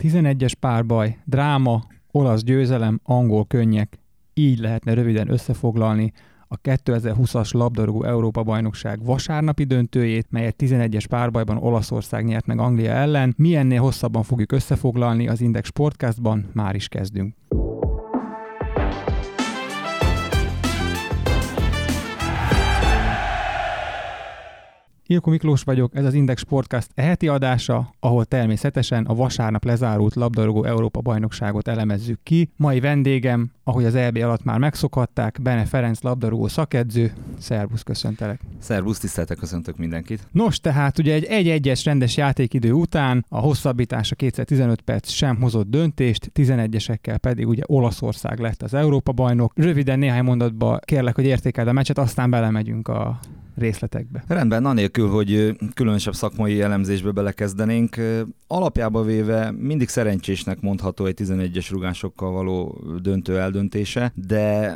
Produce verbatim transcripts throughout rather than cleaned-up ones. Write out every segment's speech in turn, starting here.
tizenegyes párbaj, dráma, olasz győzelem, angol könnyek. Így lehetne röviden összefoglalni a kétezer-húszas labdarúgó Európa-bajnokság vasárnapi döntőjét, melyet tizenegyes párbajban Olaszország nyert meg Anglia ellen. Mi ennél hosszabban fogjuk összefoglalni az Index Sportcastban, már is kezdünk. Ilko Miklós vagyok, ez az Index Sportcast heti adása, ahol természetesen a vasárnap lezárult labdarúgó Európa-bajnokságot elemezzük ki. Mai vendégem, ahogy az é bé alatt már megszokhatták, Bene Ferenc labdarúgó szakedző. Szervusz, köszöntelek. Szervusz, tiszteltek, köszöntök mindenkit. Nos, tehát ugye egy egy-egyes rendes játékidő után a hosszabbítása kétszáztizenöt perc sem hozott döntést, tizenegyesekkel pedig ugye Olaszország lett az Európa-bajnok. Röviden néhány mondatba kérlek, hogy értékeld a meccset, aztán belemegyünk a részletekbe. Rendben, anélkül, hogy különösebb szakmai elemzésbe belekezdenénk, alapjába véve mindig szerencsésnek mondható egy tizenegyes rúgásokkal való döntő eldöntése, de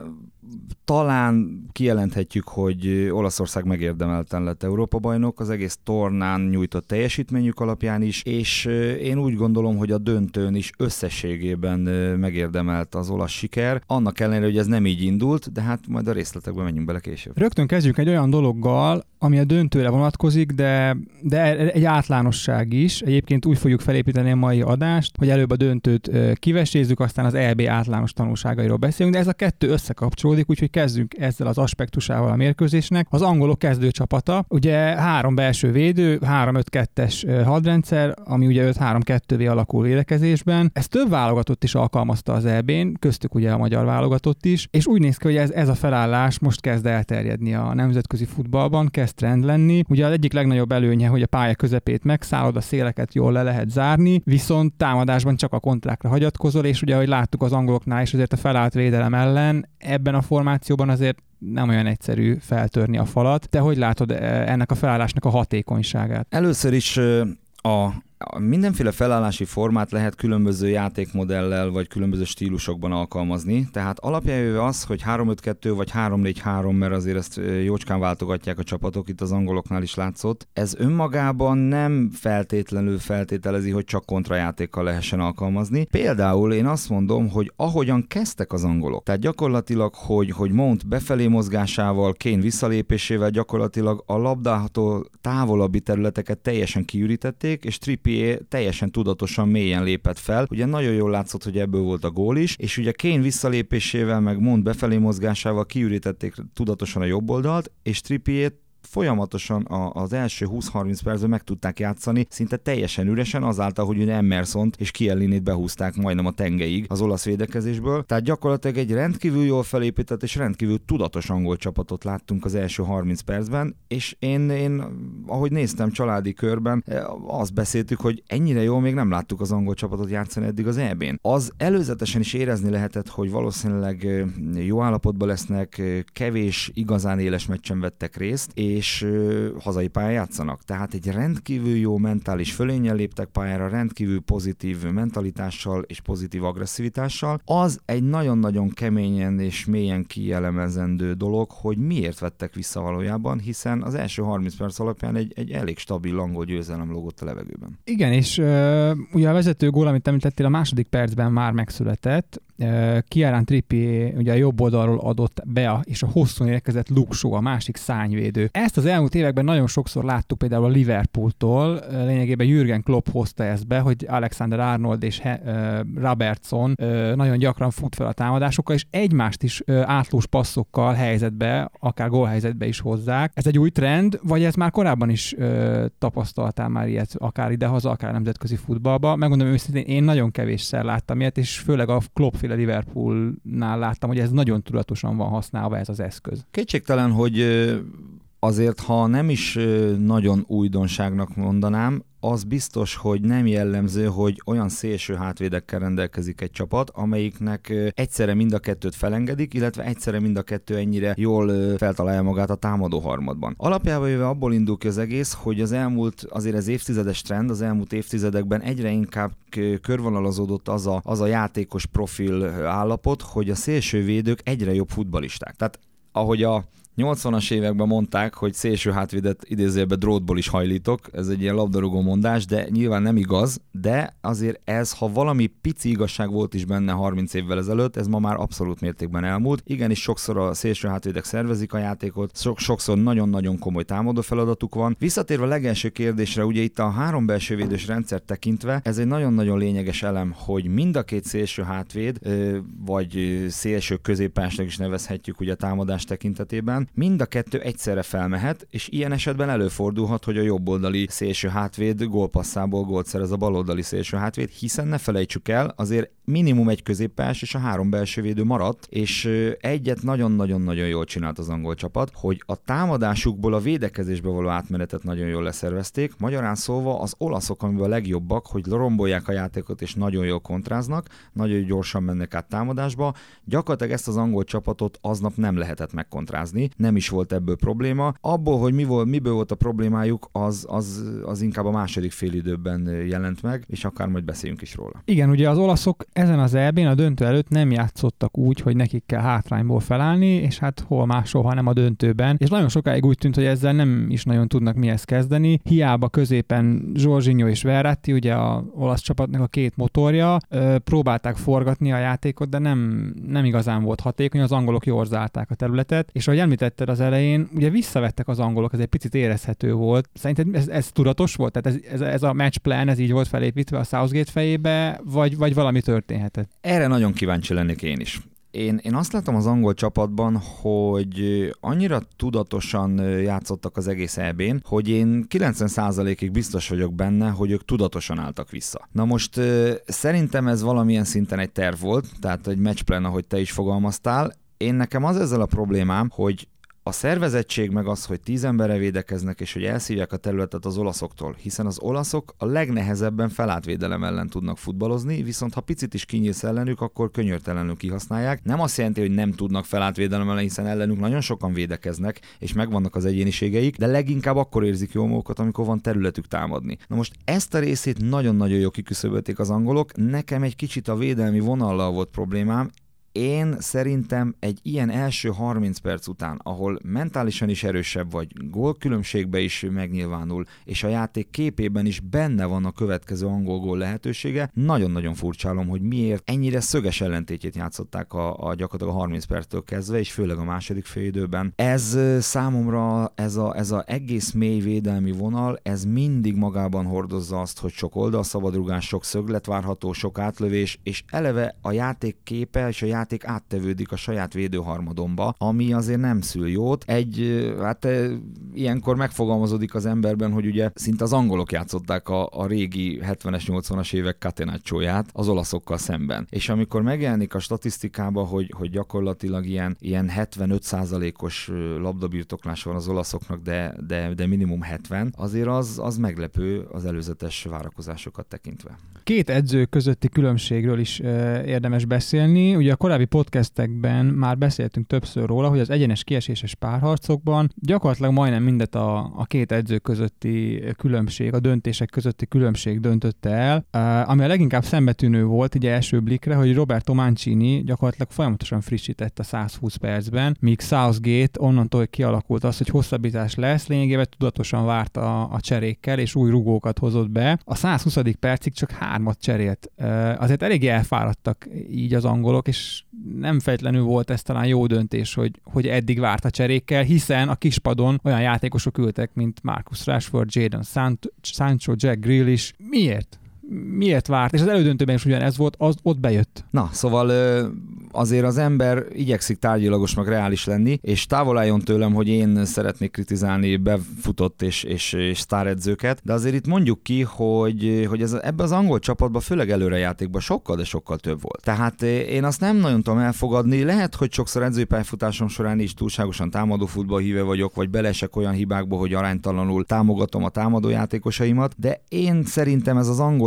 talán kijelenthetjük, hogy Olaszország megérdemelten lett Európa-bajnok, az egész tornán nyújtott teljesítményük alapján is, és én úgy gondolom, hogy a döntőn is összességében megérdemelt az olasz siker, annak ellenére, hogy ez nem így indult, de hát majd a részletekbe menjünk bele később. Rögtön kezdjük egy olyan dologgal, ami a döntőre vonatkozik, de, de egy általánosság is. Egyébként úgy fogjuk felépíteni a mai adást, hogy előbb a döntőt kivesézzük, aztán az é bé általános tanulságairól beszélünk, de ez a kettő összekapcsolódik, úgyhogy kezdjünk ezzel az aspektusával a mérkőzésnek. Az angolok kezdőcsapata, ugye három belső védő, három öt kettes hadrendszer, ami ugye öt három kettővé alakul védekezésben. Ez több válogatott is alkalmazta az é bén, köztük ugye a magyar válogatott is, és úgy néz ki, hogy ez, ez a felállás most kezd elterjedni a nemzetközi futballban, kezd trend lenni. Ugye az egyik legnagyobb előnye, hogy a pálya közepét megszállod, a széleket jól le lehet zárni, viszont támadásban csak a kontrákra hagyatkozol, és ugye, ahogy láttuk az angoloknál is, azért a felállt védelem ellen ebben a formációban azért nem olyan egyszerű feltörni a falat. Te hogy látod ennek a felállásnak a hatékonyságát? Először is a mindenféle felállási formát lehet különböző játékmodellel vagy különböző stílusokban alkalmazni, tehát alapjávéve az, hogy három öt kettő vagy három négy három, mert azért ezt jócskán váltogatják a csapatok, itt az angoloknál is látszott, ez önmagában nem feltétlenül feltételezi, hogy csak kontrajátékkal lehessen alkalmazni. Például én azt mondom, hogy ahogyan kezdtek az angolok, tehát gyakorlatilag, hogy, hogy Mount befelé mozgásával, Kane visszalépésével gyakorlatilag a labdától távolabbi területeket teljesen kiürítették, és Trippier teljesen tudatosan mélyen lépett fel. Ugye nagyon jól látszott, hogy ebből volt a gól is, és ugye Kane visszalépésével, meg Mount befelé mozgásával kiürítették tudatosan a jobb oldalt, és Trippier folyamatosan az első húsz-harminc percben meg tudták játszani, szinte teljesen üresen, azáltal, hogy ugye Emersont és Chiellinit behúzták majdnem a tengeig az olasz védekezésből. Tehát gyakorlatilag egy rendkívül jól felépített és rendkívül tudatos angol csapatot láttunk az első harminc percben, és én, én ahogy néztem családi körben, azt beszéltük, hogy ennyire jól még nem láttuk az angol csapatot játszani eddig az é bén. Az előzetesen is érezni lehetett, hogy valószínűleg jó állapotban lesznek, kevés igazán éles meccsen vettek részt, és és hazai pályán játszanak. Tehát egy rendkívül jó mentális fölénnyel léptek pályára, rendkívül pozitív mentalitással és pozitív agresszivitással. Az egy nagyon-nagyon keményen és mélyen kielemezendő dolog, hogy miért vettek vissza valójában, hiszen az első harminc perc alapján egy, egy elég stabil angol győzelem lógott a levegőben. Igen, és uh, ugye a vezető gól, amit említettél, a második percben már megszületett. Uh, Kieran Trippier ugye a jobb oldalról adott be, és a hosszú érkezett Luke Shaw, a másik szárnyvédő. Ezt az elmúlt években nagyon sokszor láttuk például a Liverpooltól, lényegében Jürgen Klopp hozta ezt be, hogy Alexander Arnold és He- uh, Robertson uh, nagyon gyakran fut fel a támadásokkal, és egymást is uh, átlós passzokkal helyzetbe, akár gólhelyzetbe is hozzák. Ez egy új trend, vagy ez már korábban is uh, tapasztaltál már ilyet, akár idehaza, akár nemzetközi futballba? Megmondom őszintén, én nagyon kevésszer láttam ilyet, és főleg a Klopp-féle Liverpoolnál láttam, hogy ez nagyon tudatosan van használva ez az eszköz. Kétségtelen, hogy azért, ha nem is nagyon újdonságnak mondanám, az biztos, hogy nem jellemző, hogy olyan szélső hátvédekkel rendelkezik egy csapat, amelyiknek egyszerre mind a kettőt felengedik, illetve egyszerre mind a kettő ennyire jól feltalálja magát a támadó harmadban. Alapjában véve abból indul ki az egész, hogy az elmúlt, azért az évtizedes trend, az elmúlt évtizedekben egyre inkább körvonalazódott az a, az a játékos profil állapot, hogy a szélső védők egyre jobb futballisták. Tehát ahogy a nyolcvanas években mondták, hogy szélső hátvédet idézőjelben drótból is hajlítok, ez egy ilyen labdarúgó mondás, de nyilván nem igaz, de azért ez, ha valami pici igazság volt is benne harminc évvel ezelőtt, ez ma már abszolút mértékben elmúlt. Igenis sokszor a szélső hátvédek szervezik a játékot, so- sokszor nagyon-nagyon komoly támadó feladatuk van. Visszatérve a legelső kérdésre, ugye itt a három belsővédős rendszert tekintve, ez egy nagyon-nagyon lényeges elem, hogy mind a két szélső hátvéd, vagy szélső középpályásnak is nevezhetjük ugye a támadás tekintetében, mind a kettő egyszerre felmehet, és ilyen esetben előfordulhat, hogy a jobboldali szélső hátvéd gólpasszából gólt szerez a baloldali szélső hátvéd, hiszen ne felejtsük el, azért minimum egy középpályás és a három belsővédő maradt, és egyet nagyon-nagyon-nagyon jól csinált az angol csapat, hogy a támadásukból a védekezésbe való átmenetet nagyon jól leszervezték. Magyarán szólva az olaszok, amiben a legjobbak, hogy rombolják a játékot és nagyon jól kontráznak, nagyon gyorsan mennek át támadásba. Gyakorlatilag ezt az angol csapatot aznap nem lehetett megkontrázni, nem is volt ebből probléma. Abból, hogy mi volt, miből volt a problémájuk, az, az, az inkább a második félidőben jelent meg, és akár majd beszéljünk is róla. Igen, ugye az olaszok ezen az é bén a döntő előtt nem játszottak úgy, hogy nekik kell hátrányból felállni, és hát hol máshol, hanem a döntőben. És nagyon sokáig úgy tűnt, hogy ezzel nem is nagyon tudnak mihez kezdeni. Hiába középen Jorginho és Verratti, ugye az olasz csapatnak a két motorja, próbálták forgatni a játékot, de nem, nem igazán volt hatékony, az angolok jól zárták a területet, és ahogy említetted az elején, ugye visszavettek az angolok, ez egy picit érezhető volt. Szerinted ez, ez tudatos volt? Tehát ez, ez, ez a match plan, ez így volt felépítve a Southgate fejébe, vagy, vagy valami történhetett? Erre nagyon kíváncsi lennék én is. Én, én azt látom az angol csapatban, hogy annyira tudatosan játszottak az egész é bén, hogy én kilencven százalékig biztos vagyok benne, hogy ők tudatosan álltak vissza. Na most szerintem ez valamilyen szinten egy terv volt, tehát egy matchplan, ahogy te is fogalmaztál. Én nekem az ezzel a problémám, hogy a szervezettség meg az, hogy tíz emberre védekeznek, és hogy elszívják a területet az olaszoktól, hiszen az olaszok a legnehezebben felátvédelem ellen tudnak futballozni, viszont ha picit is kinyílsz ellenük, akkor könyörtelenül kihasználják. Nem azt jelenti, hogy nem tudnak felátvédelem ellen, hiszen ellenük nagyon sokan védekeznek, és megvannak az egyéniségeik, de leginkább akkor érzik jól magukat, amikor van területük támadni. Na most ezt a részét nagyon-nagyon jól kiküszöbölték az angolok, nekem egy kicsit a védelmi vonallal volt problémám. Én szerintem egy ilyen első harminc perc után, ahol mentálisan is erősebb vagy, gólkülönbségbe is megnyilvánul, és a játék képében is benne van a következő angol gól lehetősége, nagyon-nagyon furcsálom, hogy miért ennyire szöges ellentétjét játszották a, a gyakorlatilag a harminc perctől kezdve, és főleg a második félidőben. Ez számomra, ez a, ez a egész mély védelmi vonal, ez mindig magában hordozza azt, hogy sok oldalszabadrugás, sok szöglet várható, sok átlövés, és eleve a játék képe és a játék játék áttevődik a saját védőharmadomba, ami azért nem szül jót. Egy, hát ilyenkor megfogalmazódik az emberben, hogy ugye szinte az angolok játszották a, a régi hetvenes, nyolcvanas évek catenaccióját az olaszokkal szemben. És amikor megjelenik a statisztikába, hogy, hogy gyakorlatilag ilyen, ilyen hetvenöt százalékos labdabirtoklás van az olaszoknak, de, de, de minimum hetven, azért az, az meglepő az előzetes várakozásokat tekintve. Két edző közötti különbségről is érdemes beszélni. Ugye a korábbi podcastekben már beszéltünk többször róla, hogy az egyenes kieséses párharcokban gyakorlatilag majdnem mindet a, a két edző közötti különbség, a döntések közötti különbség döntötte el. Ami a leginkább szembetűnő volt ugye első blikre, hogy Roberto Mancini gyakorlatilag folyamatosan frissített a száz húsz percben, míg Southgate onnantól, hogy kialakult az, hogy hosszabbítás lesz, lényegében tudatosan várt a, a cserékkel, és új rugókat hozott be. A száz huszadik percig csak hármat cserélt. Azért eléggé elfáradtak így az angolok, és nem feltétlenül volt ez talán jó döntés, hogy, hogy eddig várt a cserékkel, hiszen a kispadon olyan játékosok ültek, mint Marcus Rashford, Jadon Sancho, Jack Grealish. Miért? Miért várt? És az elődöntőben is ugyanez volt, az ott bejött. Na, szóval azért az ember igyekszik tárgyilagos meg reális lenni, és távol álljon tőlem, hogy én szeretnék kritizálni befutott és, és, és sztáredzőket, de azért itt mondjuk ki, hogy, hogy ez, ebbe az angol csapatban, főleg előrejátékban sokkal, de sokkal több volt. Tehát én azt nem nagyon tudom elfogadni, lehet, hogy sokszor edzőpályafutásom során is túlságosan támadó futballhíve vagyok, vagy beleesek olyan hibákba, hogy aránytalanul támogatom a támadó játékosaimat, de én szerintem ez az angol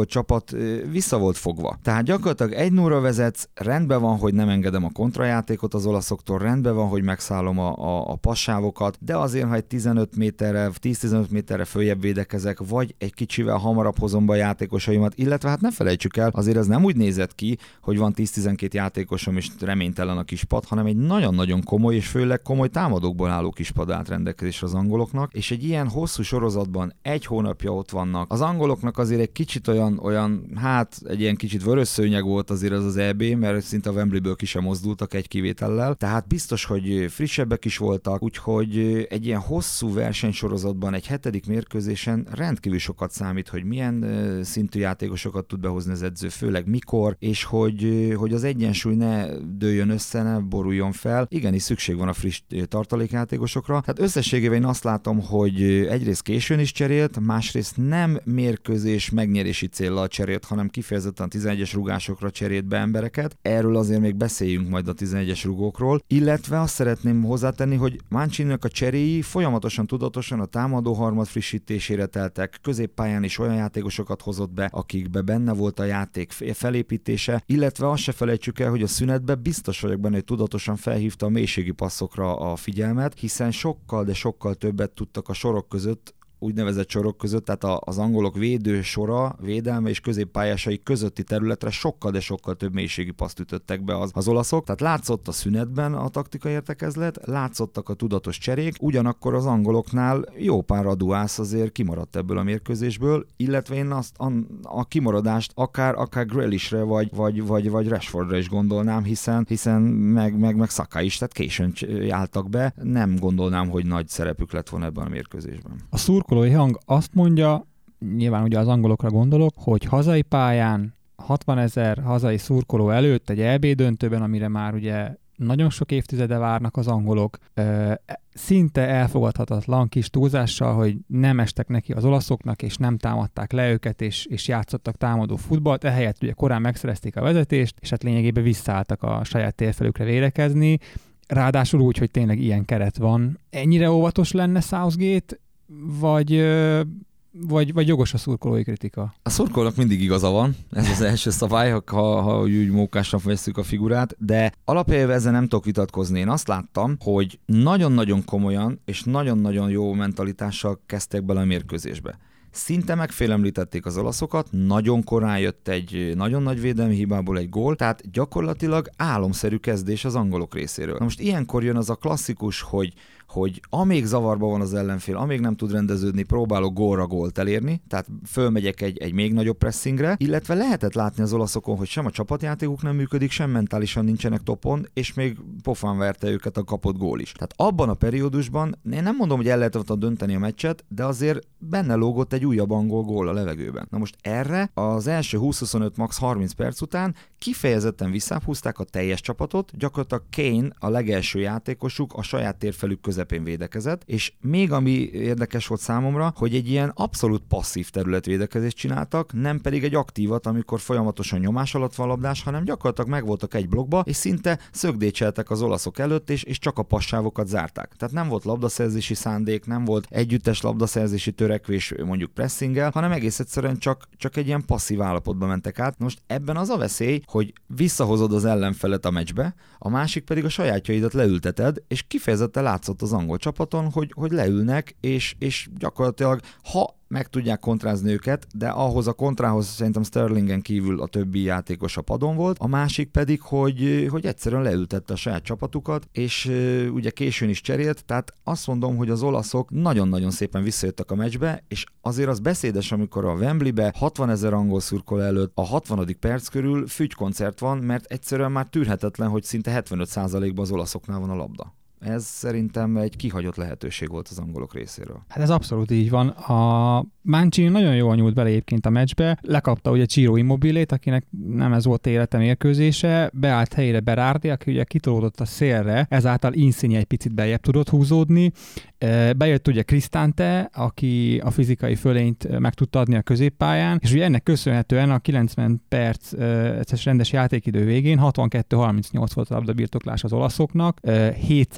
adott csapat vissza volt fogva. Tehát gyakorlatilag egy nullra vezetsz, rendben van, hogy nem engedem a kontrajátékot az olaszoktól, rendben van, hogy megszállom a, a, a passávokat, de azért, ha egy tizenöt méterre, tíz-tizenöt méterre följebb védekezek, vagy egy kicsivel hamarabb hozom be a játékosaimat, illetve hát ne felejtsük el, azért ez nem úgy nézett ki, hogy van tíz-tizenkét játékosom és reménytelen a kispad, hanem egy nagyon-nagyon komoly és főleg komoly támadókból álló kispad állt rendelkezésre az angoloknak, és egy ilyen hosszú sorozatban egy hónapja ott vannak. Az angoloknak azért egy kicsit olyan, olyan hát egy ilyen kicsit vörös szőnyeg volt azért az az é bé, mert szinte a Wembleyből ki sem mozdultak egy kivétellel, tehát biztos, hogy frissebbek is voltak, úgyhogy egy ilyen hosszú versenysorozatban, egy hetedik mérkőzésen rendkívül sokat számít, hogy milyen szintű játékosokat tud behozni az edző, főleg mikor, és hogy, hogy az egyensúly ne dőljön össze, ne boruljon fel. Igenis szükség van a friss tartalékjátékosokra. Tehát összességében én azt látom, hogy egyrészt későn is cserélt, másrészt nem mérkőzés megnyerési céllal cserélt, hanem kifejezetten tizenegyes rugásokra cserélt be embereket. Erről azért még beszéljünk majd a tizenegyes rugókról, illetve azt szeretném hozzátenni, hogy Mancininak a cseréi folyamatosan tudatosan a támadó harmad frissítésére teltek, középpályán is olyan játékosokat hozott be, akikbe benne volt a játék felépítése, illetve azt se felejtsük el, hogy a szünetben biztos vagyok benne, hogy tudatosan felhívta a mélységi passzokra a figyelmet, hiszen sokkal, de sokkal többet tudtak a sorok között, úgynevezett sorok között, tehát az angolok védő sora, védelme és középpályásai közötti területre sokkal, de sokkal több mélységi paszt ütöttek be az, az olaszok. Tehát látszott a szünetben a taktikai értekezlet, látszottak a tudatos cserék, ugyanakkor az angoloknál jó pár aduász azért kimaradt ebből a mérkőzésből, illetve én azt a, a kimaradást akár, akár Grealishre vagy, vagy, vagy, vagy Rashfordra is gondolnám, hiszen, hiszen meg, meg, meg Saka is, tehát későn álltak be. Nem gondolnám, hogy nagy szerepük lett volna ebben a mérkőzésben. A szurkolói hang azt mondja, nyilván ugye az angolokra gondolok, hogy hazai pályán hatvanezer hazai szurkoló előtt egy é bé döntőben, amire már ugye nagyon sok évtizede várnak az angolok, szinte elfogadhatatlan kis túlzással, hogy nem estek neki az olaszoknak, és nem támadták le őket, és, és játszottak támadó futballt, ehelyett ugye korán megszerezték a vezetést, és hát lényegében visszaálltak a saját térfelükre védekezni, ráadásul úgy, hogy tényleg ilyen keret van. Ennyire óvatos lenne Southgate, vagy, vagy, vagy jogos a szurkolói kritika? A szurkolónak mindig igaza van, ez az első szabály, ha, ha úgy mókásra vesszük a figurát, de alapjában ezzel nem tudok vitatkozni. Én azt láttam, hogy nagyon-nagyon komolyan és nagyon-nagyon jó mentalitással kezdtek bele a mérkőzésbe. Szinte megfélemlítették az olaszokat, nagyon korán jött egy nagyon nagy védelmi hibából egy gól, tehát gyakorlatilag álomszerű kezdés az angolok részéről. Na most ilyenkor jön az a klasszikus, hogy hogy amíg zavarban van az ellenfél, amíg nem tud rendeződni, próbálok gólra gólt elérni, tehát fölmegyek egy, egy még nagyobb pressingre, illetve lehetett látni az olaszokon, hogy sem a csapatjátékuk nem működik, sem mentálisan nincsenek topon, és még pofán verte őket a kapott gól is. Tehát abban a periódusban, én nem mondom, hogy el lehetett dönteni a meccset, de azért benne lógott egy újabb angol gól a levegőben. Na most erre az első húsz-huszonöt max harminc perc után kifejezetten visszábbhúzták a teljes csapatot, gyakorlatilag Kane, a legelső játékosuk, a saját térfelük közepén védekezett, és még ami érdekes volt számomra, hogy egy ilyen abszolút passzív területvédekezést csináltak, nem pedig egy aktívat, amikor folyamatosan nyomás alatt van labdás, hanem gyakorlatilag megvoltak egy blokkba, és szinte szögdécseltek az olaszok előtt, és, és csak a passávokat zárták. Tehát nem volt labdaszerzési szándék, nem volt együttes labdaszerzési törekvés mondjuk pressinggel, hanem egész egyszerűen csak, csak egy ilyen passzív állapotba mentek át. Most ebben az a veszély, hogy visszahozod az ellenfelet a meccsbe, a másik pedig a sajátjaidat leülteted, és kifejezetten látszott az angol csapaton, hogy, hogy leülnek, és, és gyakorlatilag ha meg tudják kontrázni őket, de ahhoz a kontrához szerintem Sterlingen kívül a többi játékos a padon volt, a másik pedig, hogy, hogy egyszerűen leültette a saját csapatukat, és uh, ugye későn is cserélt, tehát azt mondom, hogy az olaszok nagyon-nagyon szépen visszajöttek a meccsbe, és azért az beszédes, amikor a Wembleybe hatvanezer angol szurkoló előtt a hatvanadik perc körül fügykoncert van, mert egyszerűen már tűrhetetlen, hogy szinte hetvenöt százalékban az olaszoknál van a labda. Ez szerintem egy kihagyott lehetőség volt az angolok részéről. Hát ez abszolút így van. A Mancini nagyon jól nyúlt bele egyébként a meccsbe, lekapta ugye Ciro Immobilét, akinek nem ez volt élete mérkőzése, beállt helyére Berardi, aki ugye kitolódott a szélre, ezáltal Insigne egy picit beljebb tudott húzódni. Bejött ugye Cristante, aki a fizikai fölényt meg tudta adni a középpályán, és ugye ennek köszönhetően a kilencven perces rendes játékidő végén hatvankettő harmincnyolc volt a labdabirtoklás az olaszoknak, hét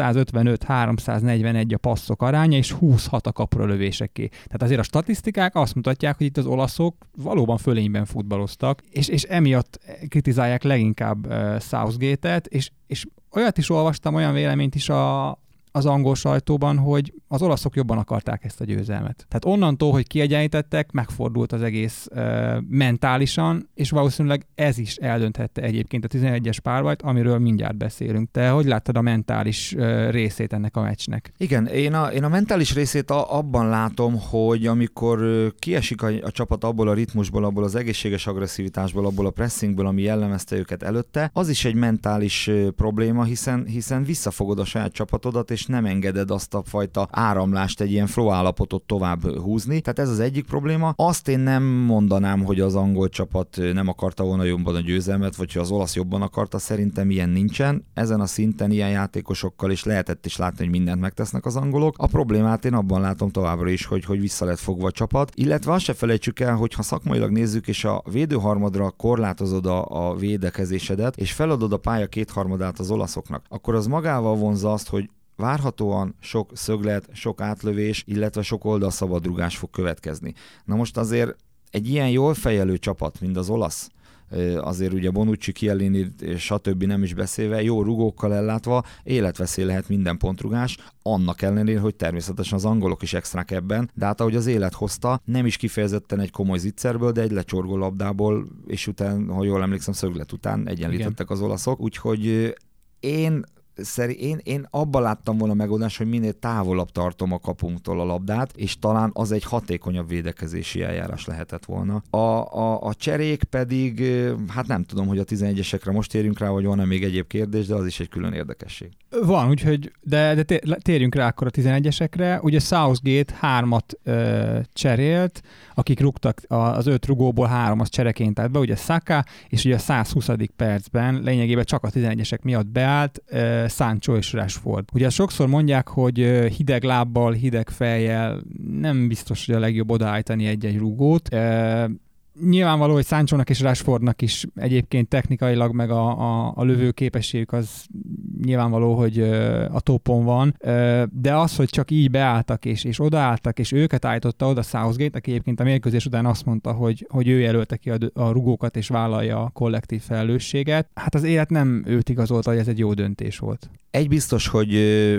háromszázötvenöt háromszáznegyvenegy a passzok aránya, és huszonhat a kapura lövéseké. Tehát azért a statisztikák azt mutatják, hogy itt az olaszok valóban fölényben futballoztak, és, és emiatt kritizálják leginkább uh, Southgate-et, és, és olyat is olvastam, olyan véleményt is a az angol sajtóban, hogy az olaszok jobban akarták ezt a győzelmet. Tehát onnantól, hogy kiegyenlítettek, megfordult az egész uh, mentálisan, és valószínűleg ez is eldönthette egyébként a tizenegyes párbajt, amiről mindjárt beszélünk. Te hogy láttad a mentális uh, részét ennek a meccsnek? Igen, én a, én a mentális részét a, abban látom, hogy amikor uh, kiesik a, a csapat abból a ritmusból, abból az egészséges agresszivitásból, abból a pressingből, ami jellemezte őket előtte, az is egy mentális uh, probléma, hiszen, hiszen visszafogod a saját csapatodat, és nem engeded azt a fajta áramlást, egy ilyen flow állapotot tovább húzni. Tehát ez az egyik probléma. Azt én nem mondanám, hogy az angol csapat nem akarta volna jobban a győzelmet, vagy hogy az olasz jobban akarta, szerintem ilyen nincsen. Ezen a szinten ilyen játékosokkal is lehetett is látni, hogy mindent megtesznek az angolok. A problémát én abban látom továbbra is, hogy, hogy vissza lett fogva a csapat. Illetve azt se felejtsük el, hogy ha szakmailag nézzük, és a védőharmadra korlátozod a, a védekezésedet, és feladod a pálya kétharmadát az olaszoknak, akkor az magával vonzza azt, hogy várhatóan sok szöglet, sok átlövés, illetve sok oldalszabadrugás fog következni. Na most azért egy ilyen jól fejelő csapat, mint az olasz, azért ugye Bonucci, Chiellini, stb. Nem is beszélve, jó rugókkal ellátva, életveszély lehet minden pontrugás, annak ellenére, hogy természetesen az angolok is extrák ebben, de hát ahogy az élet hozta, nem is kifejezetten egy komoly zicserből, de egy lecsorgó labdából, és utána, ha jól emlékszem, szöglet után egyenlítettek Igen. az olaszok, úgyhogy én Szeri, én, én abban láttam volna megoldást, hogy minél távolabb tartom a kapunktól a labdát, és talán az egy hatékonyabb védekezési eljárás lehetett volna. A, a, a cserék pedig, hát nem tudom, hogy a tizenegyesekre most térjünk rá, vagy van-e még egyéb kérdés, de az is egy külön érdekesség. Van, úgyhogy, de, de térjünk rá akkor a tizenegyesekre. Ugye Southgate hármat ö, cserélt, akik rúgtak az öt rugóból három az csereként állt be, ugye Saka, és ugye a százhuszadik percben lényegében csak a tizenegyesek miatt beállt ö, Sancho és Rashford. Ugye sokszor mondják, hogy hideg lábbal, hideg fejjel nem biztos, hogy a legjobb odaállítani egy-egy rugót. E, nyilvánvaló, hogy Sanchónak és Rashfordnak is egyébként technikailag meg a, a, a lövő képességük az nyilvánvaló, hogy a topon van, de az, hogy csak így beálltak és, és odaálltak, és őket állította oda Southgate, aki egyébként a mérkőzés után azt mondta, hogy, hogy ő jelölte ki a, a rugókat és vállalja a kollektív felelősséget. Hát az élet nem őt igazolta, hogy ez egy jó döntés volt. Egy biztos, hogy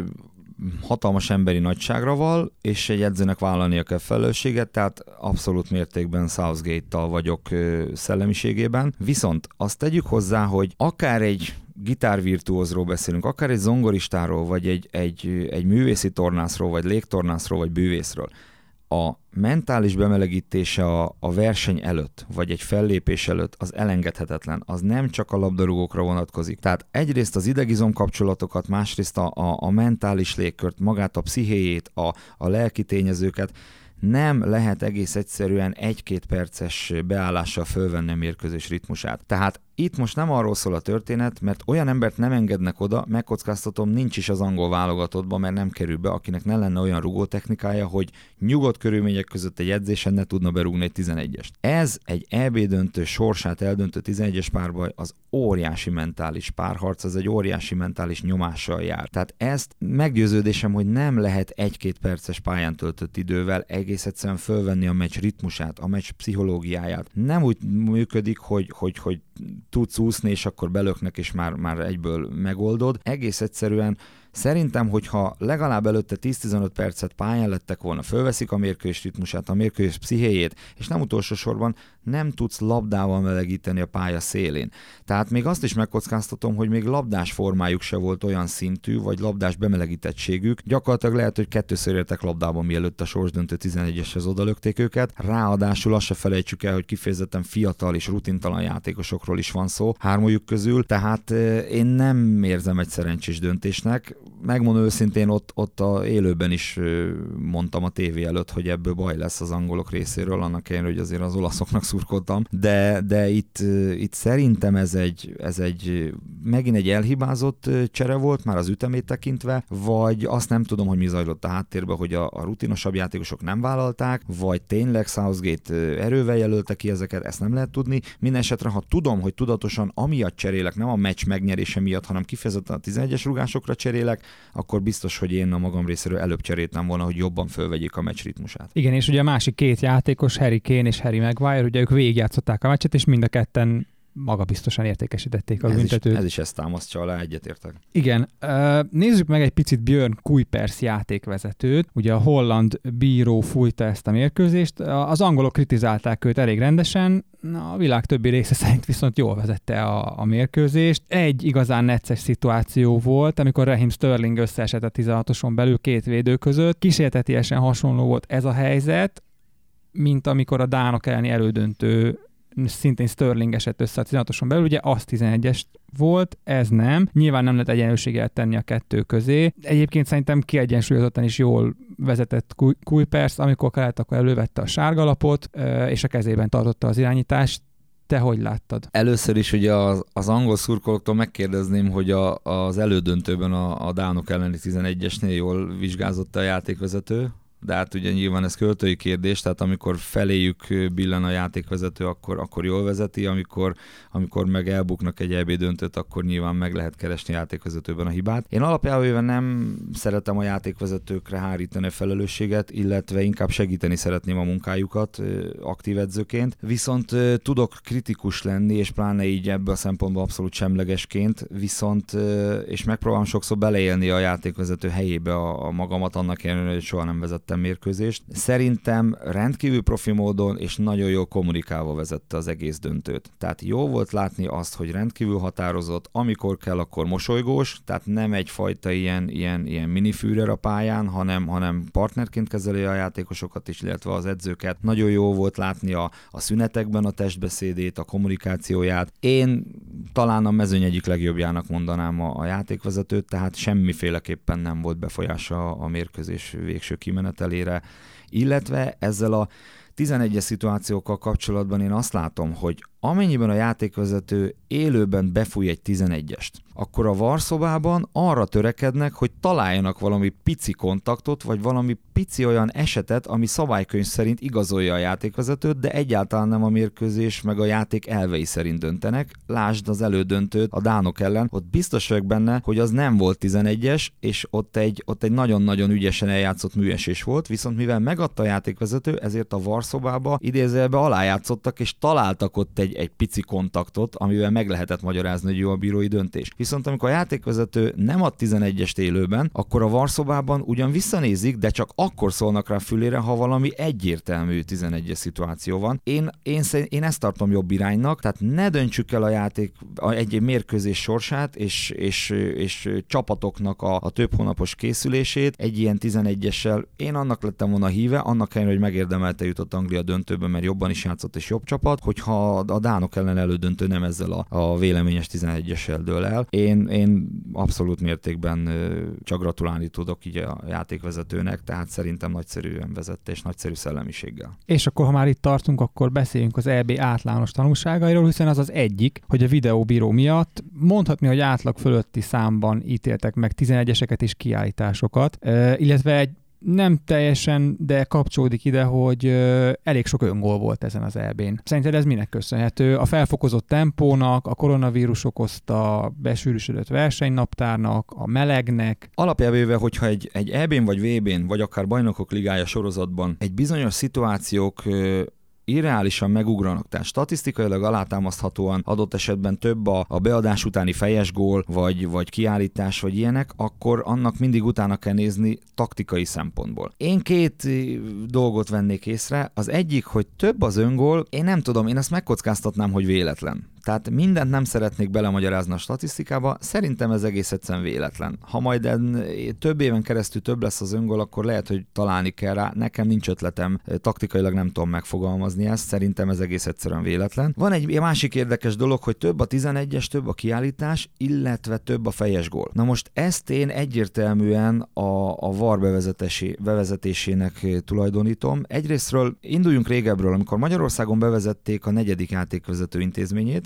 hatalmas emberi nagyságra val, és egy edzőnek vállalnia kell felelősséget, tehát abszolút mértékben Southgate-tal vagyok szellemiségében. Viszont azt tegyük hozzá, hogy akár egy gitárvirtuózról beszélünk, akár egy zongoristáról, vagy egy, egy, egy művészi tornászról, vagy légtornászról, vagy bűvészről, a mentális bemelegítése a, a verseny előtt, vagy egy fellépés előtt az elengedhetetlen. Az nem csak a labdarúgókra vonatkozik. Tehát egyrészt az idegizom kapcsolatokat, másrészt a, a, a mentális légkört, magát a pszichéjét, a, a lelki tényezőket nem lehet egész egyszerűen egy-két perces beállással fölvenni a mérkőzés ritmusát. Tehát itt most nem arról szól a történet, mert olyan embert nem engednek oda, megkockáztatom, nincs is az angol válogatottban, mert nem kerül be, akinek ne lenne olyan rugótechnikája, hogy nyugodt körülmények között egy edzésen ne tudna berúgni egy tizenegyest. Ez egy é bé döntő, sorsát eldöntő tizenegyes párbaj, az óriási mentális párharc, az egy óriási mentális nyomással jár. Tehát ezt meggyőződésem, hogy nem lehet egy-két perces pályán töltött idővel egész egyszerűen fölvenni a meccs ritmusát, a meccs pszichológiáját. Nem úgy működik, hogy, hogy, hogy tudsz úszni, és akkor belöknek, és már, már egyből megoldod. Egész egyszerűen szerintem, hogyha legalább előtte tíz-tizenöt percet pályán lettek volna, fölveszik a mérkőzés ritmusát, a mérkőzés pszichéjét, és nem utolsó sorban nem tudsz labdával melegíteni a pálya szélén. Tehát még azt is megkockáztatom, hogy még labdás formájuk se volt olyan szintű, vagy labdás bemelegítettségük. Gyakorlatilag lehet, hogy kettőször értek labdában, mielőtt a sorsdöntő tizenegyeshez odalökték őket. Ráadásul azt se felejtsük el, hogy kifejezetten fiatal és rutintalan játékosokról is van szó hármójuk közül, tehát én nem érzem egy szerencsés döntésnek. Megmondom őszintén, ott, ott a élőben is mondtam a tévé előtt, hogy ebből baj lesz az angolok részéről, annak ellenére, hogy azért az olaszoknak szurkoltam, de, de itt, itt szerintem ez egy, ez egy megint egy elhibázott csere volt, már az ütemét tekintve, vagy azt nem tudom, hogy mi zajlott a háttérben, hogy a, a rutinosabb játékosok nem vállalták, vagy tényleg Southgate erővel jelölte ki ezeket, ezt nem lehet tudni. Mindenesetre, ha tudom, hogy tudatosan amiatt cserélek, nem a meccs megnyerése miatt, hanem kifejezetten a tizenegyes rugásokra cserélek, akkor biztos, hogy én a magam részéről előbb cseréltem volna, hogy jobban fölvegyék a meccs ritmusát. Igen, és ugye a másik két játékos, Harry Kane és Harry Maguire, ugye ők végigjátszották a meccset, és mind a ketten magabiztosan értékesítették a ez büntetőt. Is, ez is ezt támasztja alá, egyetértek. Igen. Nézzük meg egy picit Björn Kuipers játékvezetőt. Ugye a holland bíró fújta ezt a mérkőzést. Az angolok kritizálták őt elég rendesen, a világ többi része szerint viszont jól vezette a, a mérkőzést. Egy igazán necces szituáció volt, amikor Raheem Sterling összeesett a tizenhatoson belül két védő között. Kísértetiesen hasonló volt ez a helyzet, mint amikor a dánok elleni elődöntő szintén Sterling esett össze a tizenhatoson belül, ugye az tizenegyes volt, ez nem. Nyilván nem lehet egyenlőséget tenni a kettő közé. Egyébként szerintem kiegyensúlyozottan is jól vezetett Kuipers, amikor kellett, akkor elővette a sárgalapot, és a kezében tartotta az irányítást. Te hogy láttad? Először is ugye az, az angol szurkolóktól megkérdezném, hogy a, az elődöntőben a, a dánok elleni tizenegyesnél jól vizsgázott a játékvezető, de hát ugye nyilván ez költői kérdés, tehát amikor feléjük billen a játékvezető, akkor, akkor jól vezeti, amikor, amikor meg elbuknak egy é bé döntőt, akkor nyilván meg lehet keresni játékvezetőben a hibát. Én alapjában nem szeretem a játékvezetőkre hárítani a felelősséget, illetve inkább segíteni szeretném a munkájukat aktív edzőként, viszont tudok kritikus lenni, és pláne így ebből a szempontból abszolút semlegesként, viszont és megpróbálom sokszor beleélni a játékvezető helyébe a, a magamat, annak ellenére, hogy soha nem vezet mérkőzést. Szerintem rendkívül profi módon és nagyon jól kommunikálva vezette az egész döntőt. Tehát jó volt látni azt, hogy rendkívül határozott, amikor kell, akkor mosolygós, tehát nem egyfajta ilyen, ilyen, ilyen minifűrer a pályán, hanem, hanem partnerként kezeli a játékosokat is, illetve az edzőket. Nagyon jó volt látni a, a szünetekben a testbeszédét, a kommunikációját. Én talán a mezőny egyik legjobbjának mondanám a, a játékvezetőt, tehát semmiféleképpen nem volt befolyása a mérkőzés végső kimenet elére, illetve ezzel a tizenegyes szituációkkal kapcsolatban én azt látom, hogy amennyiben a játékvezető élőben befúj egy tizenegyest, akkor a varszobában arra törekednek, hogy találjanak valami pici kontaktot, vagy valami pici olyan esetet, ami szabálykönyv szerint igazolja a játékvezetőt, de egyáltalán nem a mérkőzés, meg a játék elvei szerint döntenek. Lásd az elődöntőt a dánok ellen, ott biztos vagyok benne, hogy az nem volt tizenegyes, és ott egy, ott egy nagyon-nagyon ügyesen eljátszott műesés volt, viszont mivel megadta a játékvezető, ezért a varszobába idézőjelbe alájátszottak, és találtak ott egy egy pici kontaktot, amivel meg lehetett magyarázni, hogy jó a bírói döntés. Viszont amikor a játékvezető nem ad tizenegyest élőben, akkor a varszobában ugyan visszanézik, de csak akkor szólnak rá fülére, ha valami egyértelmű tizenegyes szituáció van. Én, én, én ezt tartom jobb iránynak, tehát ne döntsük el a játék egy mérkőzés sorsát, és, és, és csapatoknak a, a több hónapos készülését egy ilyen tizenegyessel. Én annak lettem volna híve, annak ellenére, hogy megérdemelte jutott Anglia döntőben, mert jobban is játszott és jobb csapat, hogyha a dánok ellen elődöntő nem ezzel a, a véleményes tizenegyessel dől el. Én, én abszolút mértékben csak gratulálni tudok így a játékvezetőnek, tehát szerintem nagyszerűen vezette és nagyszerű szellemiséggel. És akkor, ha már itt tartunk, akkor beszéljünk az é bé általános tanulságairól, hiszen az az egyik, hogy a videóbíró miatt mondhatni, hogy átlag fölötti számban ítéltek meg tizenegyeseket és kiállításokat, illetve egy nem teljesen, de kapcsolódik ide, hogy elég sok öngól volt ezen az é bén. Szerinted ez minek köszönhető? A felfokozott tempónak, a koronavírus okozta besűrűsödött versenynaptárnak, a melegnek? Alapjában, hogyha egy, egy é bén vagy vé bén, vagy akár bajnokok ligája sorozatban egy bizonyos szituációk irreálisan megugranak, tehát statisztikailag alátámaszthatóan adott esetben több a, a beadás utáni fejes gól, vagy, vagy kiállítás, vagy ilyenek, akkor annak mindig utána kell nézni taktikai szempontból. Én két dolgot vennék észre. Az egyik, hogy több az öngól, én nem tudom, én ezt megkockáztatnám, hogy véletlen. Tehát mindent nem szeretnék belemagyarázni a statisztikába, szerintem ez egész egyszerűen véletlen. Ha majd több éven keresztül több lesz az öngól, akkor lehet, hogy találni kell rá. Nekem nincs ötletem, taktikailag nem tudom megfogalmazni ezt, szerintem ez egész egyszerűen véletlen. Van egy másik érdekes dolog, hogy több a tizenegyes, több a kiállítás, illetve több a fejes gól. Na most ezt én egyértelműen a, a vé á er bevezetési, bevezetésének tulajdonítom. Egyrésztről induljunk régebről, amikor Magyarországon bevezették a negyedik játékvezető intézményét,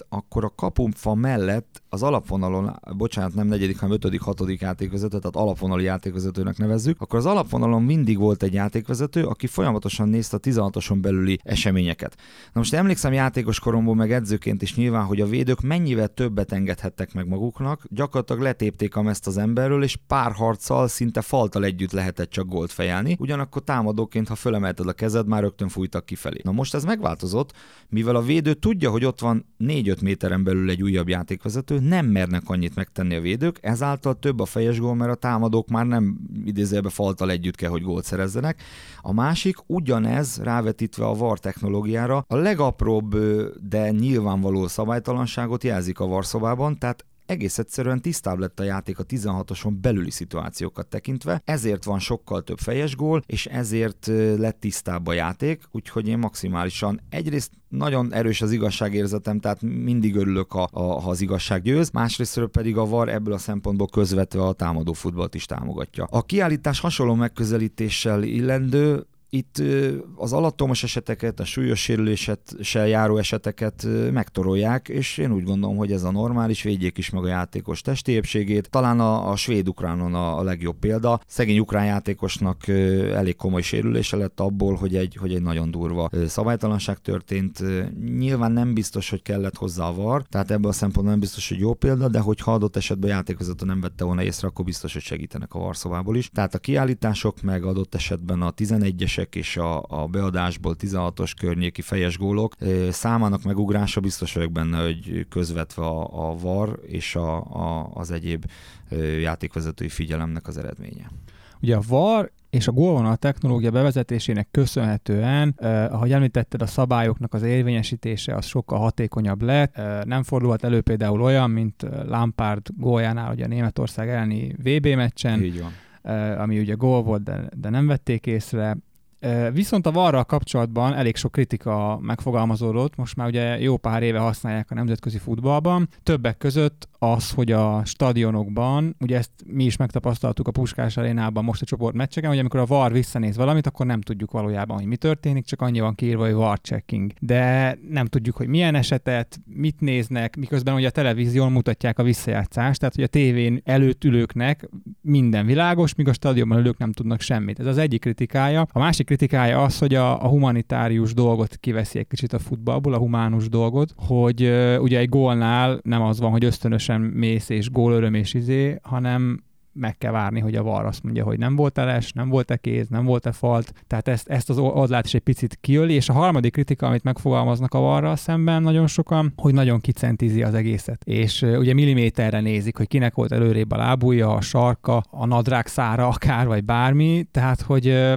nézed, akkor a kapufa mellett az alapvonalon, bocsánat, nem negyedik, hanem ötödik, hatodik játékvezető, tehát alapvonali játékvezetőnek nevezzük, akkor az alapvonalon mindig volt egy játékvezető, aki folyamatosan nézte a tizenhatoson belüli eseményeket. Na most emlékszem játékos koromból, meg edzőként is nyilván, hogy a védők mennyivel többet engedhettek meg maguknak, gyakorlatilag letépték a mezt az emberről, és pár harccal, szinte faltal együtt lehetett csak gólt fejelni, ugyanakkor támadóként, ha fölemelted a kezed, már rögtön fújtak kifelé. Na most ez megváltozott, mivel a védő tudja, hogy ott van négy-öt méteren belül egy újabb játékvezető, nem mernek annyit megtenni a védők, ezáltal több a fejes gól, mert a támadók már nem idézőjelben faltal együtt kell, hogy gólt szerezzenek. A másik, ugyanez rávetítve a vé á er technológiára, a legapróbb, de nyilvánvaló szabálytalanságot jelzik a vé á er szobában, tehát egész egyszerűen tisztább lett a játék a tizenhatoson belüli szituációkat tekintve, ezért van sokkal több fejes gól, és ezért lett tisztább a játék, úgyhogy én maximálisan egyrészt nagyon erős az igazságérzetem, tehát mindig örülök, a, a, ha az igazság győz, másrésztről pedig a vé á er ebből a szempontból közvetve a támadó futballt is támogatja. A kiállítás hasonló megközelítéssel illendő, itt az alattomos eseteket, a súlyos sérüléssel járó eseteket megtorolják, és én úgy gondolom, hogy ez a normális, védjék is meg a játékos testi épségét. Talán a, a svéd-ukránon a, a legjobb példa. Szegény ukrán játékosnak elég komoly sérülése lett abból, hogy egy, hogy egy nagyon durva szabálytalanság történt. Nyilván nem biztos, hogy kellett hozzá a vé á er, tehát ebből a szempontból nem biztos, hogy jó példa, de hogyha adott esetben a játékvezető nem vette volna észre, akkor biztos, hogy segítenek a vé á er szobából is. Tehát a kiállítások, meg adott esetben a tizenegyesek és a, a beadásból tizenhatos környéki fejes gólok számának megugrása, biztos vagyok benne, hogy közvetve a, a vé á er és a, a, az egyéb játékvezetői figyelemnek az eredménye. Ugye a vé á er és a gólvonal technológia bevezetésének köszönhetően, eh, ahogy említetted, a szabályoknak az érvényesítése az sokkal hatékonyabb lett. Eh, nem fordulhat elő például olyan, mint Lampard góljánál, ugye a Németország elleni vé bé meccsen, Így van. Eh, ami ugye gól volt, de, de nem vették észre. Viszont a vé á er-ral kapcsolatban elég sok kritika megfogalmazódott, most már ugye jó pár éve használják a nemzetközi futballban. Többek között az, hogy a stadionokban, ugye ezt mi is megtapasztaltuk a Puskás Arénában most a csoportmeccseken, hogy amikor a vé á er visszanéz valamit, akkor nem tudjuk valójában, hogy mi történik, csak annyi van kiírva, hogy vé á er checking. De nem tudjuk, hogy milyen esetet, mit néznek, miközben ugye a televízión mutatják a visszajátszást, tehát hogy a tévén előtt ülőknek minden világos, míg a stadionban ülők nem tudnak semmit. Ez az egyik kritikája. A másik kritikája az, hogy a, a humanitárius dolgot kiveszi egy kicsit a futballból, a humánus dolgot, hogy uh, ugye egy gólnál nem az van, hogy ösztönösen mész és gólöröm és izé, hanem meg kell várni, hogy a vé á er azt mondja, hogy nem volt eles, nem volt-e kéz, nem volt-e falt, tehát ezt, ezt az oldalát is egy picit kiöli, és a harmadik kritika, amit megfogalmaznak a vé á er-ral szemben nagyon sokan, hogy nagyon kicentizi az egészet. És uh, ugye milliméterre nézik, hogy kinek volt előrébb a lábujja, a sarka, a nadrág szára akár, vagy bármi, tehát hogy uh,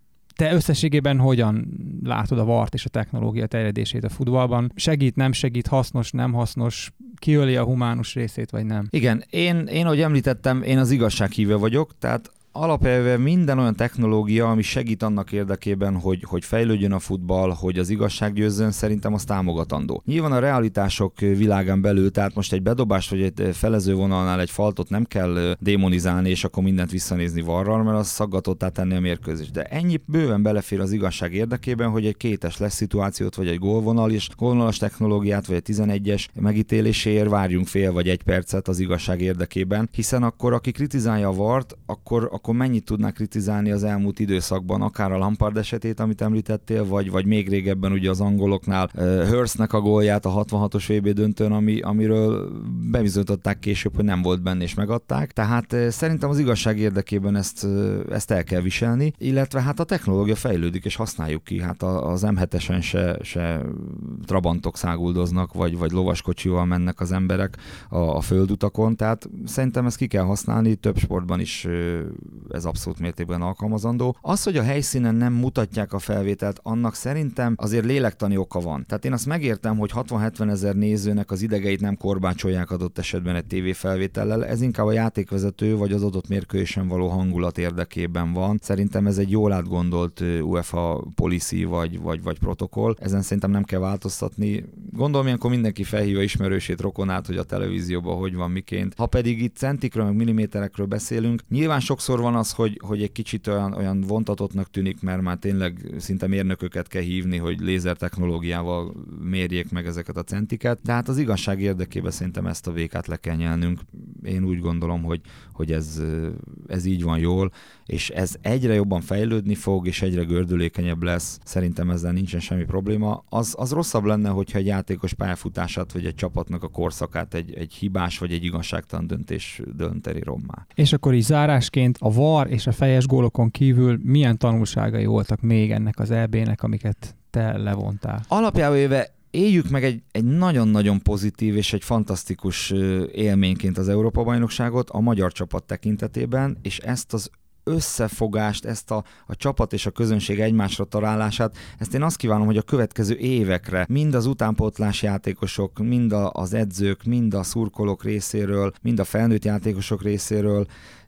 te összességében hogyan látod a vé á er-t és a technológia terjedését a futballban? Segít, nem segít, hasznos, nem hasznos, kiöli a humánus részét, vagy nem? Igen, én, én ahogy említettem, én az igazsághívő vagyok, tehát alapvetően minden olyan technológia, ami segít annak érdekében, hogy, hogy fejlődjön a futball, hogy az igazság győzzön, szerintem az támogatandó. Nyilván a realitások világán belül, tehát most egy bedobást vagy egy felező vonalnál egy faltot nem kell démonizálni, és akkor mindent visszanézni vé á er-ral, mert az szaggatóttá tenni a mérkőzést. De ennyi bőven belefér az igazság érdekében, hogy egy kétes lesz szituációt, vagy egy gólvonal és gólvonalas technológiát, vagy egy tizenegyes megítéléséért várjunk fél vagy egy percet az igazság érdekében, hiszen akkor aki kritizálja a vé á er-t, akkor akkor mennyit tudnák kritizálni az elmúlt időszakban, akár a Lampard esetét, amit említettél, vagy, vagy még régebben ugye az angoloknál uh, Hurstnek a gólját a hatvanhatos vé bé döntőn, ami, amiről bebizonyították később, hogy nem volt benne és megadták. Tehát uh, szerintem az igazság érdekében ezt, uh, ezt el kell viselni, illetve hát a technológia fejlődik és használjuk ki. Hát az em hetesen se, se trabantok száguldoznak, vagy, vagy lovaskocsival mennek az emberek a, a földutakon, tehát szerintem ezt ki kell használni, több sportban is uh, ez abszolút mértékben alkalmazandó. Az, hogy a helyszínen nem mutatják a felvételt, annak szerintem azért lélektani oka van. Tehát én azt megértem, hogy hatvan-hetven ezer nézőnek az idegeit nem korbácsolják adott esetben egy tévéfelvétellel, ez inkább a játékvezető vagy az adott mérkőzésen való hangulat érdekében van. Szerintem ez egy jól átgondolt u ef á policy vagy, vagy, vagy protokoll. Ezen szerintem nem kell változtatni. Gondolom, ilyenkor mindenki felhívja ismerősét, rokonát, hogy a televízióban hogy van, miként. Ha pedig itt centikről, meg milliméterekről beszélünk, nyilván sokszor van az, hogy, hogy egy kicsit olyan, olyan vontatottnak tűnik, mert már tényleg szinte mérnököket kell hívni, hogy lézertechnológiával mérjék meg ezeket a centiket, de hát az igazság érdekében szerintem ezt a vékát le kell nyelnünk. Én úgy gondolom, hogy, hogy ez, ez így van jól, és ez egyre jobban fejlődni fog, és egyre gördülékenyebb lesz. Szerintem ezzel nincsen semmi probléma. Az, az rosszabb lenne, hogyha egy játékos pályafutását, vagy egy csapatnak a korszakát egy, egy hibás, vagy egy igazságtalan döntés dönteni rommá. És akkor így zárásként a VAR és a fejes gólokon kívül milyen tanulságai voltak még ennek az é bének, amiket te levontál? Alapjában éve éljük meg egy, egy nagyon-nagyon pozitív és egy fantasztikus élményként az Európa-bajnokságot a magyar csapat tekintetében, és ezt az összefogást, ezt a, a csapat és a közönség egymásra találását, ezt én azt kívánom, hogy a következő évekre mind az utánpótlás játékosok, mind a, az edzők, mind a szurkolók részéről, mind a felnőtt játékosok részéről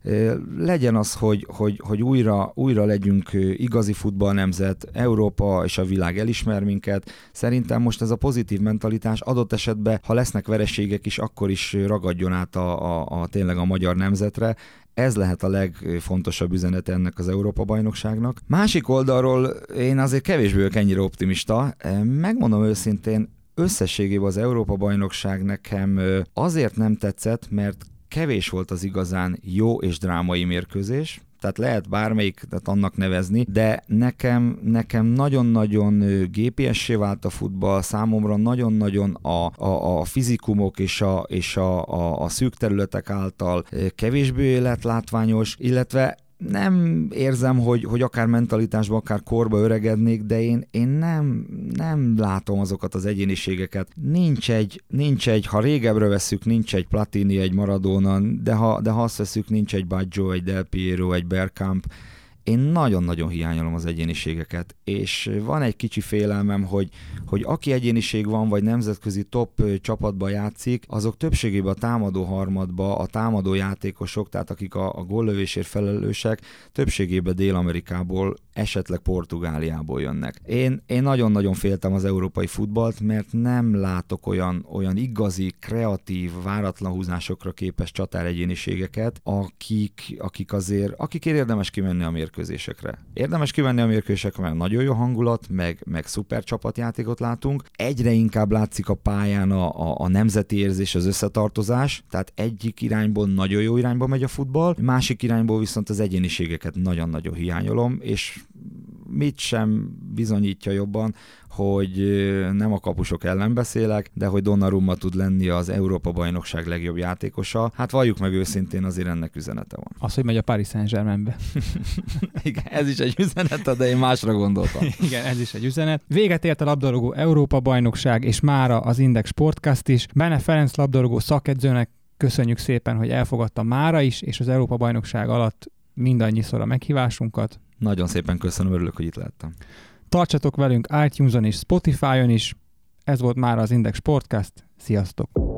legyen az, hogy, hogy, hogy újra, újra legyünk igazi futballnemzet, Európa és a világ elismer minket. Szerintem most ez a pozitív mentalitás adott esetben, ha lesznek vereségek is, akkor is ragadjon át a, a, a tényleg a magyar nemzetre. Ez lehet a legfontosabb üzenete ennek az Európa-bajnokságnak. Másik oldalról én azért kevésbé vagyok ennyire optimista. Megmondom őszintén, összességében az Európa-bajnokság nekem azért nem tetszett, mert kevés volt az igazán jó és drámai mérkőzés. Tehát lehet bármelyik, tehát annak nevezni, de nekem, nekem nagyon-nagyon gé pé essé vált a futball, számomra nagyon-nagyon a, a, a fizikumok és, a, és a, a, a szűk területek által kevésbé lett látványos, illetve nem érzem, hogy, hogy akár mentalitásban, akár korba öregednék, de én, én nem, nem látom azokat az egyéniségeket. Nincs egy, nincs egy, ha régebbre veszük, nincs egy Platini, egy Maradona, de ha, de ha azt veszük, nincs egy Baggio, egy Del Piero, egy Bergkamp. Én nagyon-nagyon hiányolom az egyéniségeket, és van egy kicsi félelmem, hogy, hogy aki egyéniség van, vagy nemzetközi top csapatba játszik, azok többségében a támadó harmadba, a támadó játékosok, tehát akik a, a góllövésért felelősek, többségében Dél-Amerikából, esetleg Portugáliából jönnek. Én, én nagyon-nagyon féltem az európai futballt, mert nem látok olyan, olyan igazi, kreatív, váratlan húzásokra képes csatáregyéniségeket, akik, akik azért, akikért érdemes kimenni a mérkőzésekre. Érdemes kimenni a mérkőzésekre, mert nagyon jó hangulat, meg, meg szuper csapatjátékot látunk. Egyre inkább látszik a pályán a, a, a nemzeti érzés, az összetartozás, tehát egyik irányból nagyon jó irányba megy a futball, másik irányból viszont az egyéniségeket nagyon-nagyon hiányolom, és mit sem bizonyítja jobban, hogy nem a kapusok ellen beszélek, de hogy Donnarumma tud lenni az Európa-bajnokság legjobb játékosa. Hát valljuk meg őszintén, azért ennek üzenete van. Az, hogy megy a Paris Saint-Germainbe. Igen, ez is egy üzenet, de én másra gondoltam. Igen, ez is egy üzenet. Véget ért a labdarúgó Európa-bajnokság, és mára az Index Sportcast is. Bene Ferenc labdarúgó szakedzőnek köszönjük szépen, hogy elfogadta mára is, és az Európa-bajnokság alatt mindannyiszor a meghívásunkat. Nagyon szépen köszönöm, örülök, hogy itt lettem. Tartsatok velünk iTunes-on és Spotify-on is. Ez volt már az Index Sportcast. Sziasztok!